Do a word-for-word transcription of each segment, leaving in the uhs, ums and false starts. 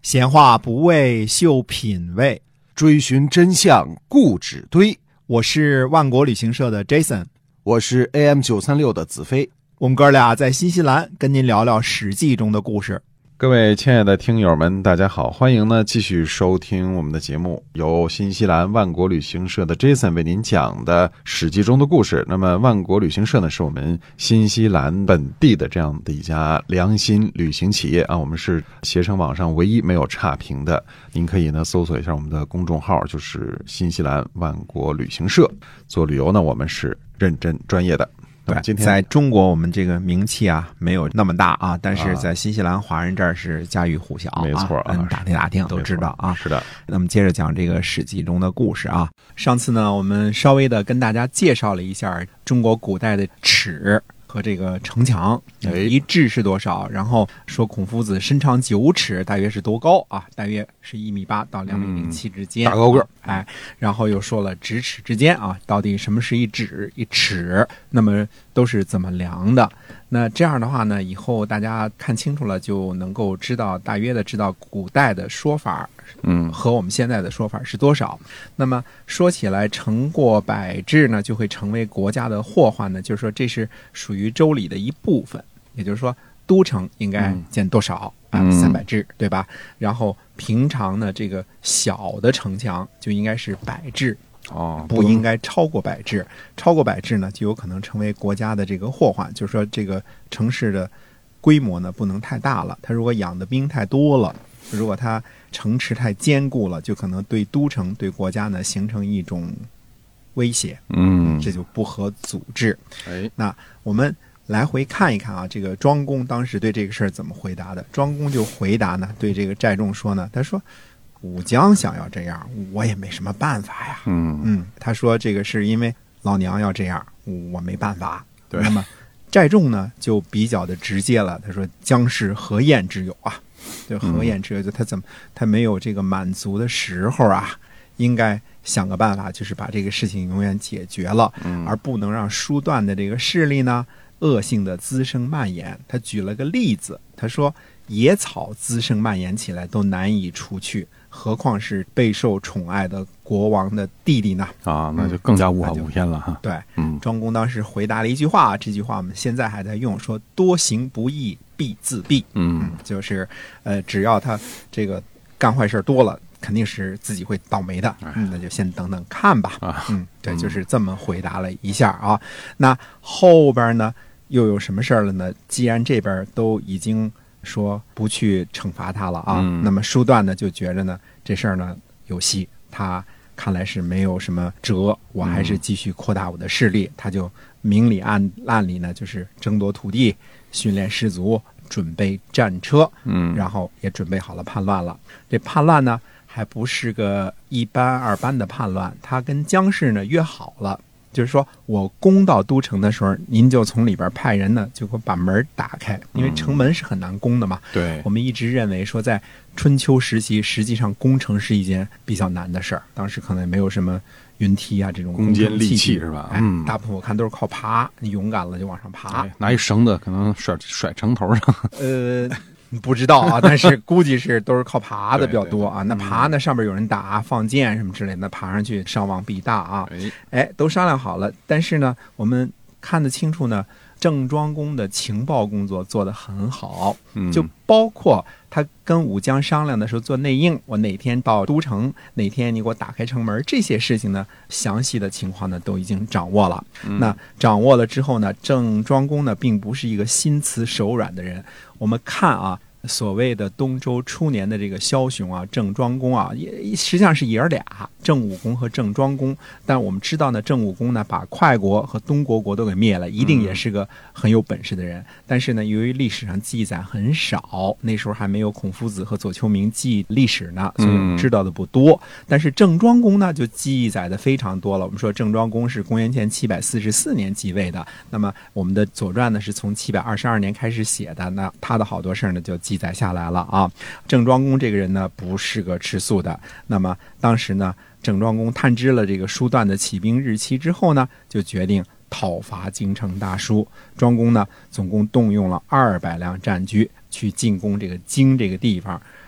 闲话不为秀品味， 追寻真相固执堆。 我是万国旅行社的 Jason， 我是 A M 九三六 的子飞。 我们哥俩在新西兰跟您聊聊史记中的故事。 各位亲爱的听友们，大家好，欢迎呢继续收听我们的节目，由新西兰万国旅行社的 Jason 为您讲的史记中的故事。那么万国旅行社呢，是我们新西兰本地的这样的一家良心旅行企业啊，我们是携程网上唯一没有差评的。您可以呢搜索一下我们的公众号，就是新西兰万国旅行社。做旅游呢，我们是认真专业的。 对，今天在中国我们这个名气啊没有那么大啊，但是在新西兰华人这儿是家喻户晓啊， 没错啊， 嗯，打听打听都知道啊。 是的。 那么接着讲这个史记中的故事啊。上次呢，我们稍微的跟大家介绍了一下中国古代的尺和这个城墙，一制是多少？然后说孔夫子身长九尺，大约是多高啊？大约是一米八到两米零七之间， 嗯、大高个、 啊。哎，然后又说了咫尺之间啊，到底什么是一指一尺？那么都是怎么量的？那这样的话呢，以后大家看清楚了，就能够知道大约的知道古代的说法， 嗯， 和我们现在的说法是多少。那么说起来，成过百制呢，就会成为国家的祸患呢，就是说这是属于周礼的一部分，也就是说都城应该建多少、嗯、啊，三百制，对吧？然后平常呢，这个小的城墙就应该是百制。 哦， 不应该超过百制，超过百制呢，就有可能成为国家的这个祸患。就是说，这个城市的规模呢，不能太大了。它如果养的兵太多了，如果它城池太坚固了，就可能对都城、对国家呢形成一种威胁。 嗯， 这就不合组织。 哎， 那我们来回看一看啊，这个庄公当时对这个事儿怎么回答的？庄公就回答呢，对这个寨众说呢，他说。武将想要这样，我也没什么办法呀。 嗯嗯，他说这个是因为老娘要这样，我没办法。 对， 那么寨众呢就比较的直接了，他说将是何晏之有啊？就何晏之有，就他怎么他没有这个满足的时候啊？应该想个办法，就是把这个事情永远解决了， 嗯、 而不能让疏断的这个势力呢恶性的滋生蔓延。他举了个例子，他说野草滋生蔓延起来都难以除去。何况是备受宠爱的国王的弟弟呢？ 啊，那就更加无法无天了哈、嗯。 对， 嗯， 庄公当时回答了一句话，这句话我们现在还在用，说多行不义必自毙。 嗯， 嗯就是呃，只要他这个干坏事多了，肯定是自己会倒霉的。嗯，那就先等等看吧。 啊， 嗯，对，就是这么回答了一下啊。那后边呢又有什么事儿了呢？既然这边都已经说不去惩罚他了啊、 嗯、 那么叔段呢就觉着呢这事儿呢有戏，他看来是没有什么辙，我还是继续扩大我的势力、嗯、他就明里暗暗里呢就是争夺土地，训练士卒，准备战车， 嗯， 然后也准备好了叛乱了。这叛乱呢还不是个一般二般的叛乱，他跟姜氏呢约好了，就是说我攻到都城的时候，您就从里边派人呢，就给我把门打开，因为城门是很难攻的嘛。 嗯、对， 我们一直认为说，在春秋时期，实际上攻城是一件比较难的事儿。当时可能也没有什么云梯啊这种攻坚利器是吧？ 哎、嗯，大部分我看都是靠爬，你勇敢了就往上爬， 哎、拿一绳子可能甩甩城头上。 呃。不知道啊，但是估计是都是靠爬的比较多啊。 对对对那爬呢，上面有人打放箭什么之类的，爬上去伤亡必大啊。哎，都商量好了。但是呢，我们看得清楚呢，郑庄公的情报工作做得很好，就包括他跟武将商量的时候做内应，我哪天到都城，哪天你给我打开城门，这些事情呢，详细的情况呢都已经掌握了。 嗯、 那掌握了之后呢，郑庄公呢并不是一个心慈手软的人。我们看啊，所谓的东周初年的这个枭雄啊，郑庄公啊，也实际上是爷儿俩，郑武公和郑庄公。但我们知道呢，郑武公呢把快国和东国国都给灭了，一定也是个很有本事的人。嗯、但是呢，由于历史上记载很少，那时候还没有孔夫子和左丘明记历史呢，所以我们知道的不多。嗯、但是郑庄公呢，就记载的非常多了。我们说郑庄公是公元前七百四十四年即位的，那么我们的《左传》呢是从七百二十二年开始写的，那他的好多事呢就记载下来了啊。郑庄公这个人呢不是个吃素的，那么当时呢郑庄公探知了这个叔段的起兵日期之后呢，就决定讨伐京城大叔。庄公呢总共动用了二百辆战车去进攻这个京这个地方。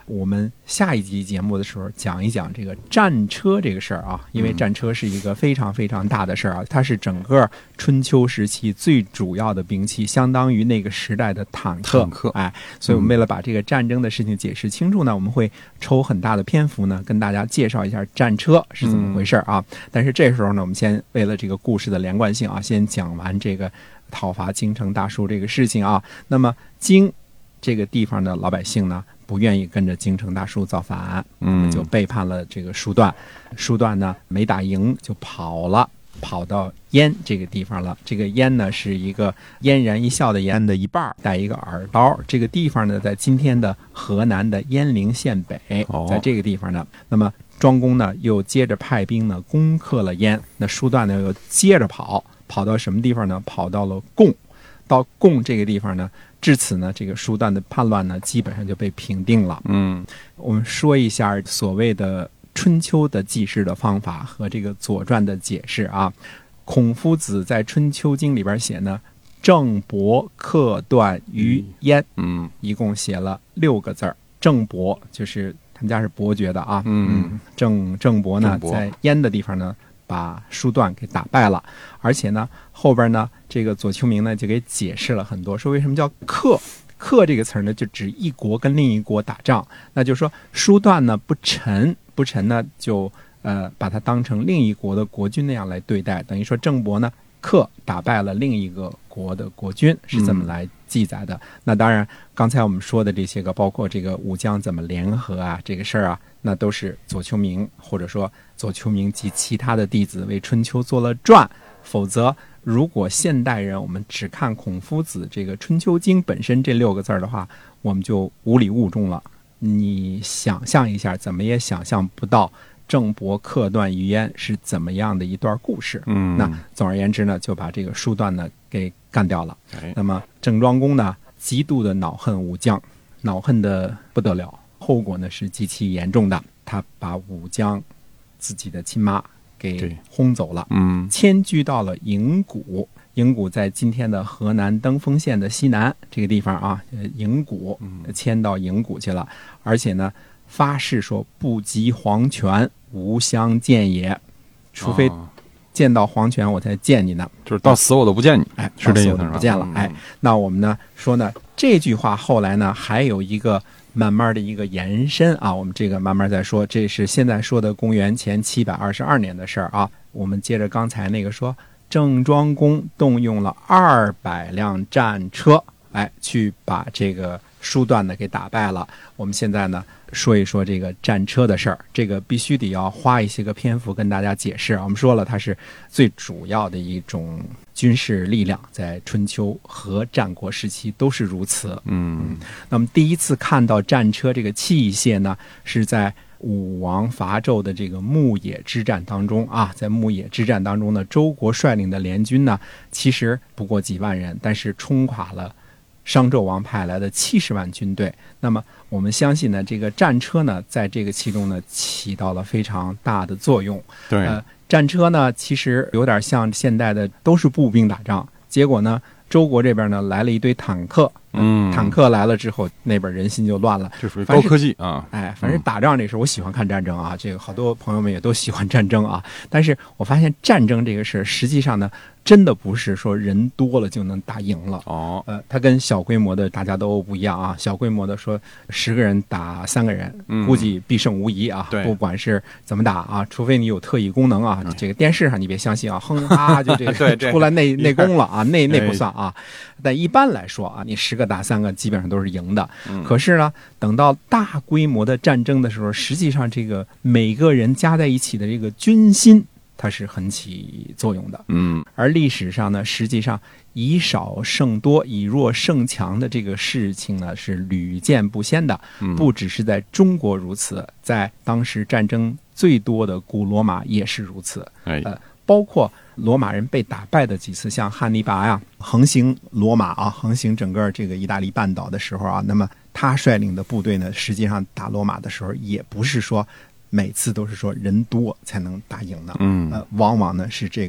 我们下一集节目的时候讲一讲这个战车这个事儿啊，因为战车是一个非常非常大的事儿啊，它是整个春秋时期最主要的兵器，相当于那个时代的坦克。 坦克， 哎，所以我们为了把这个战争的事情解释清楚呢，我们会抽很大的篇幅呢，跟大家介绍一下战车是怎么回事啊。但是这时候呢，我们先为了这个故事的连贯性啊，先讲完这个讨伐京城大叔这个事情啊。那么京这个地方的老百姓呢，不愿意跟着京城大叔造反，嗯，就背叛了这个叔段。叔段呢没打赢就跑了，跑到燕这个地方了。这个燕呢是一个嫣然一笑的嫣的一半，带一个耳刀。这个地方呢在今天的河南的鄢陵县北，在这个地方呢。那么庄公呢又接着派兵呢攻克了燕，那叔段呢又接着跑，跑到什么地方呢？跑到了贡。到贡这个地方呢，至此呢，这个叔段的叛乱呢，基本上就被平定了。嗯，我们说一下所谓的春秋的记事的方法和这个左传的解释啊。孔夫子在《春秋经》里边写呢，郑伯克段于燕，嗯，一共写了六个字儿。郑伯就是他们家是伯爵的啊，嗯，郑郑伯呢，在燕的地方呢，把叔段给打败了，而且呢，后边呢，这个左丘明呢就给解释了很多，说为什么叫克。克这个词呢，就指一国跟另一国打仗，那就是说叔段呢不臣，不臣呢就呃把它当成另一国的国君那样来对待，等于说郑伯呢克打败了另一个国的国君，是这么来记载的。嗯、那当然，刚才我们说的这些个，包括这个武将怎么联合啊，这个事儿啊，那都是左丘明或者说左丘明及其他的弟子为春秋做了传。否则，如果现代人我们只看孔夫子这个《春秋经》本身这六个字的话，我们就无礼误众了。你想象一下，怎么也想象不到郑伯克段于燕是怎么样的一段故事。嗯，那总而言之呢，就把这个叔段呢给干掉了。哎、那么郑庄公呢，极度的恼恨武将，恼恨的不得了，后果呢是极其严重的。他把武将自己的亲妈给轰走了，嗯，迁居到了营谷。营谷在今天的河南登封县的西南这个地方啊，营谷迁到营谷去了，而且呢，发誓说不及黄泉，无相见也，除非见到黄泉，我才见你呢， 就是到死我都不见你。 哎，是这意思，不见了。嗯、哎，那我们呢说呢，这句话后来呢还有一个慢慢的一个延伸啊，我们这个慢慢再说。这是现在说的公元前七百二十二年的事儿啊。我们接着刚才那个说，郑庄公动用了二百辆战车，哎，去把这个叔段呢给打败了。我们现在呢说一说这个战车的事儿，这个必须得要花一些个篇幅跟大家解释。我们说了，它是最主要的一种军事力量，在春秋和战国时期都是如此。嗯，那么第一次看到战车这个器械呢，是在武王伐纣的这个牧野之战当中啊，在牧野之战当中呢，周国率领的联军呢，其实不过几万人，但是冲垮了商纣王派来的七十万军队。那么我们相信呢，这个战车呢，在这个其中呢，起到了非常大的作用。 对， 呃，战车呢，其实有点像现代的，都是步兵打仗。结果呢，周国这边呢来了一堆坦克，嗯，坦克来了之后，那边人心就乱了。 这属于高科技啊！ 哎，反正打仗这事，我喜欢看战争啊，这个好多朋友们也都喜欢战争啊。但是我发现战争这个事，实际上呢，真的不是说人多了就能打赢了哦。呃，它跟小规模的大家都不一样啊。小规模的说十个人打三个人，嗯、估计必胜无疑啊。不管是怎么打啊，除非你有特异功能啊。嗯、这个电视上你别相信啊，哼哈就这个出来内内功了啊，那那不算啊。但一般来说啊，你十个打三个基本上都是赢的。嗯、可是呢，等到大规模的战争的时候，实际上这个每个人加在一起的这个军心，它是很起作用的。嗯，而历史上呢，实际上以少胜多、以弱胜强的这个事情呢，是屡见不鲜的。不只是在中国如此，在当时战争最多的古罗马也是如此。哎，呃，包括罗马人被打败的几次，像汉尼拔呀，横行罗马啊，横行整个这个意大利半岛的时候啊，那么他率领的部队呢，实际上打罗马的时候，也不是说每次都是说人多才能打赢的，嗯，呃，往往呢是这个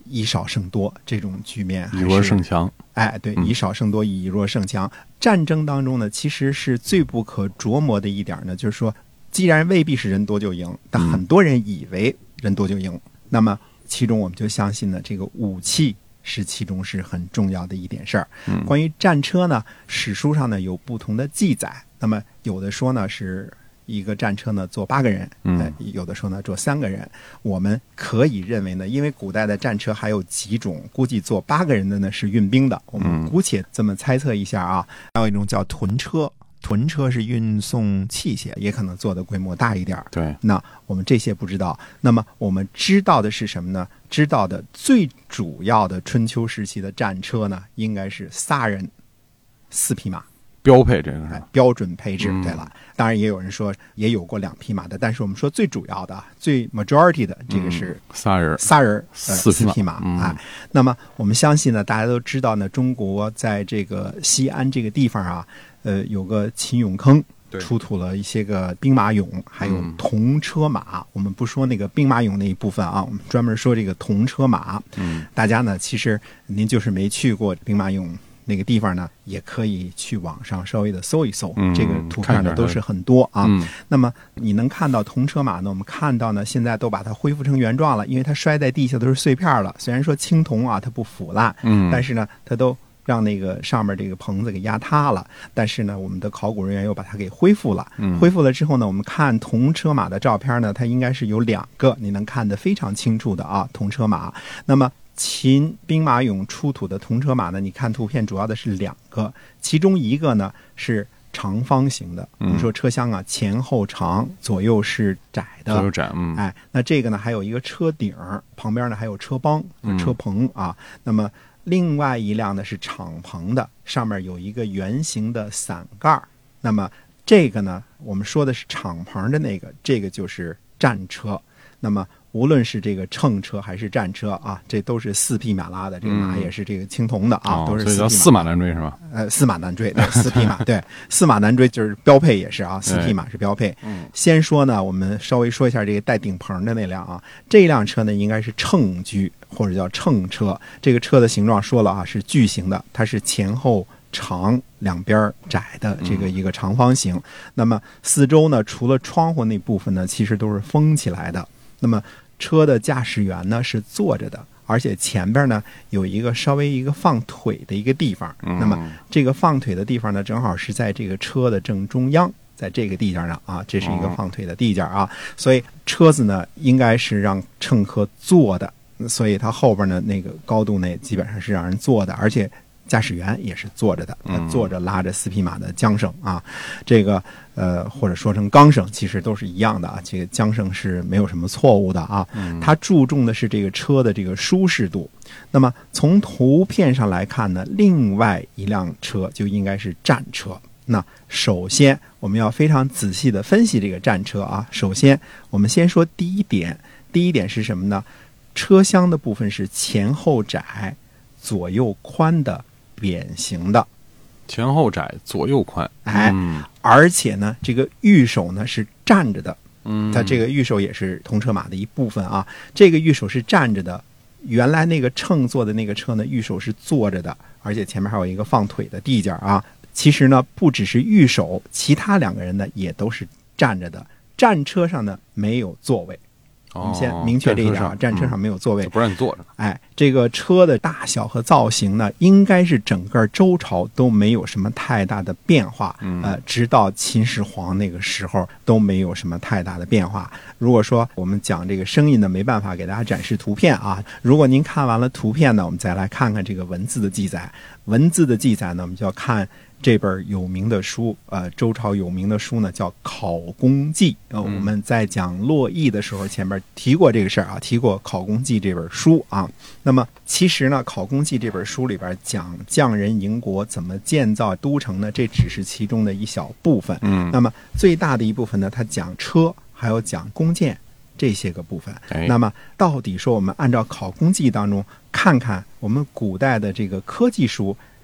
以少胜多这种局面， 以弱胜强。 哎，对，以少胜多，以弱胜强。战争当中呢，其实是最不可琢磨的一点呢，就是说，既然未必是人多就赢，但很多人以为人多就赢，嗯、那么其中我们就相信呢，这个武器是其中是很重要的一点事儿。 嗯、 关于战车呢，史书上呢有不同的记载，那么有的说呢是一个战车呢坐八个人，呃、有的说呢坐三个人。我们可以认为呢，因为古代的战车还有几种，估计坐八个人的呢是运兵的，我们姑且这么猜测一下啊。还有一种叫屯车，屯车是运送器械，也可能做的规模大一点。 对， 那我们这些不知道。那么我们知道的是什么呢？知道的最主要的春秋时期的战车呢，应该是仨人，四匹马。 标配这个是、 哎、标准配置。对了，当然也有人说也有过两匹马的，但是我们说最主要的、最 majority 的这个是仨人， 仨人、 呃、四匹马。 匹马嗯、 哎，那么我们相信呢，大家都知道呢，中国在这个西安这个地方啊，呃，有个秦俑坑。出土了一些个兵马俑，还有铜车马、嗯、我们不说那个兵马俑那一部分啊，我们专门说这个铜车马。 嗯， 大家呢其实您就是没去过兵马俑那个地方呢，也可以去网上稍微的搜一搜、 嗯、 这个图片呢都是很多啊、 嗯、 那么你能看到铜车马呢，我们看到呢现在都把它恢复成原状了，因为它摔在地下都是碎片了，虽然说青铜啊它不腐烂， 嗯， 但是呢它都让那个上面这个棚子给压塌了，但是呢我们的考古人员又把它给恢复了、 嗯、 恢复了之后呢，我们看铜车马的照片呢，它应该是有两个你能看得非常清楚的啊铜车马。那么秦兵马俑出土的铜车马呢，你看图片主要的是两个，其中一个呢是长方形的，我们说车厢啊前后长，左右是窄的， 左右窄，嗯， 哎，那这个呢还有一个车顶，旁边呢还有车帮、车棚啊、嗯、那么另外一辆呢是敞篷的，上面有一个圆形的伞盖，那么这个呢我们说的是敞篷的那个，这个就是战车。那么无论是这个乘车还是战车啊，这都是四匹马拉的，这个马也是这个青铜的啊， 嗯、 都是四匹马、哦、所以叫四马难追是吧？ 呃，四马难追，对，四匹马，对，四马难追就是标配也是啊，四匹马是标配。 嗯， 先说呢，我们稍微说一下这个带顶棚的那辆啊，这辆车呢应该是乘车或者叫乘车，这个车的形状说了啊是巨型的，它是前后长两边窄的这个一个长方形、嗯、那么四周呢除了窗户那部分呢其实都是封起来的，那么车的驾驶员呢是坐着的，而且前边呢有一个稍微一个放腿的一个地方、嗯、那么这个放腿的地方呢正好是在这个车的正中央，在这个地界上啊，这是一个放腿的地界啊、嗯、所以车子呢应该是让乘客坐的，所以它后边呢那个高度呢基本上是让人坐的，而且驾驶员也是坐着的，他坐着拉着四匹马的缰绳啊，这个呃或者说成钢绳，其实都是一样的啊。这个缰绳是没有什么错误的啊。它注重的是这个车的这个舒适度。那么从图片上来看呢，另外一辆车就应该是战车。那首先我们要非常仔细的分析这个战车啊。首先我们先说第一点，第一点是什么呢？车厢的部分是前后窄、左右宽的。扁形的， 前后窄，左右宽， 哎、嗯，而且呢，这个御手呢是站着的，嗯，它这个御手也是铜车马的一部分啊。这个御手是站着的，原来那个乘坐的那个车呢，御手是坐着的，而且前面还有一个放腿的地界啊。其实呢，不只是御手，其他两个人呢也都是站着的。战车上呢没有座位。我们先明确这一点啊，战车上没有座位， 嗯、不让你坐着。 哎，这个车的大小和造型呢，应该是整个周朝都没有什么太大的变化， 嗯、 呃，直到秦始皇那个时候都没有什么太大的变化。如果说我们讲这个声音呢，没办法给大家展示图片啊。如果您看完了图片呢，我们再来看看这个文字的记载。文字的记载呢，我们就要看这本有名的书，呃，周朝有名的书呢叫《考工记》。呃，我们在讲洛邑的时候，前面提过这个事儿啊，提过《考工记》这本书啊。那么其实呢，《考工记》这本书里边讲匠人营国怎么建造都城呢，这只是其中的一小部分。 嗯， 那么最大的一部分呢，它讲车，还有讲弓箭。这些个部分，那么到底说我们按照《考工记》当中看看我们古代的这个科技书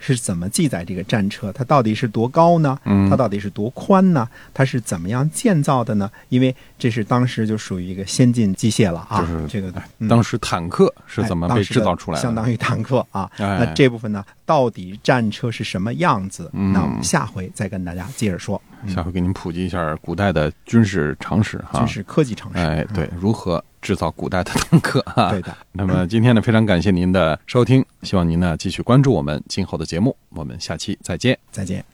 是怎么记载这个战车？它到底是多高呢？ 嗯它到底是多宽呢？它是怎么样建造的呢？因为这是当时就属于一个先进机械了啊， 就是这个、 嗯、当时坦克是怎么被制造出来的？ 哎、相当于坦克啊。 哎、 那这部分呢，到底战车是什么样子？ 嗯、 那我们下回再跟大家接着说。 下回给您普及一下古代的军事常识哈， 军事科技常识。 哎，对，如何制造古代的坦克哈？ 对的。 那么今天呢，非常感谢您的收听，希望您呢继续关注我们今后的节目，我们下期再见。 再见。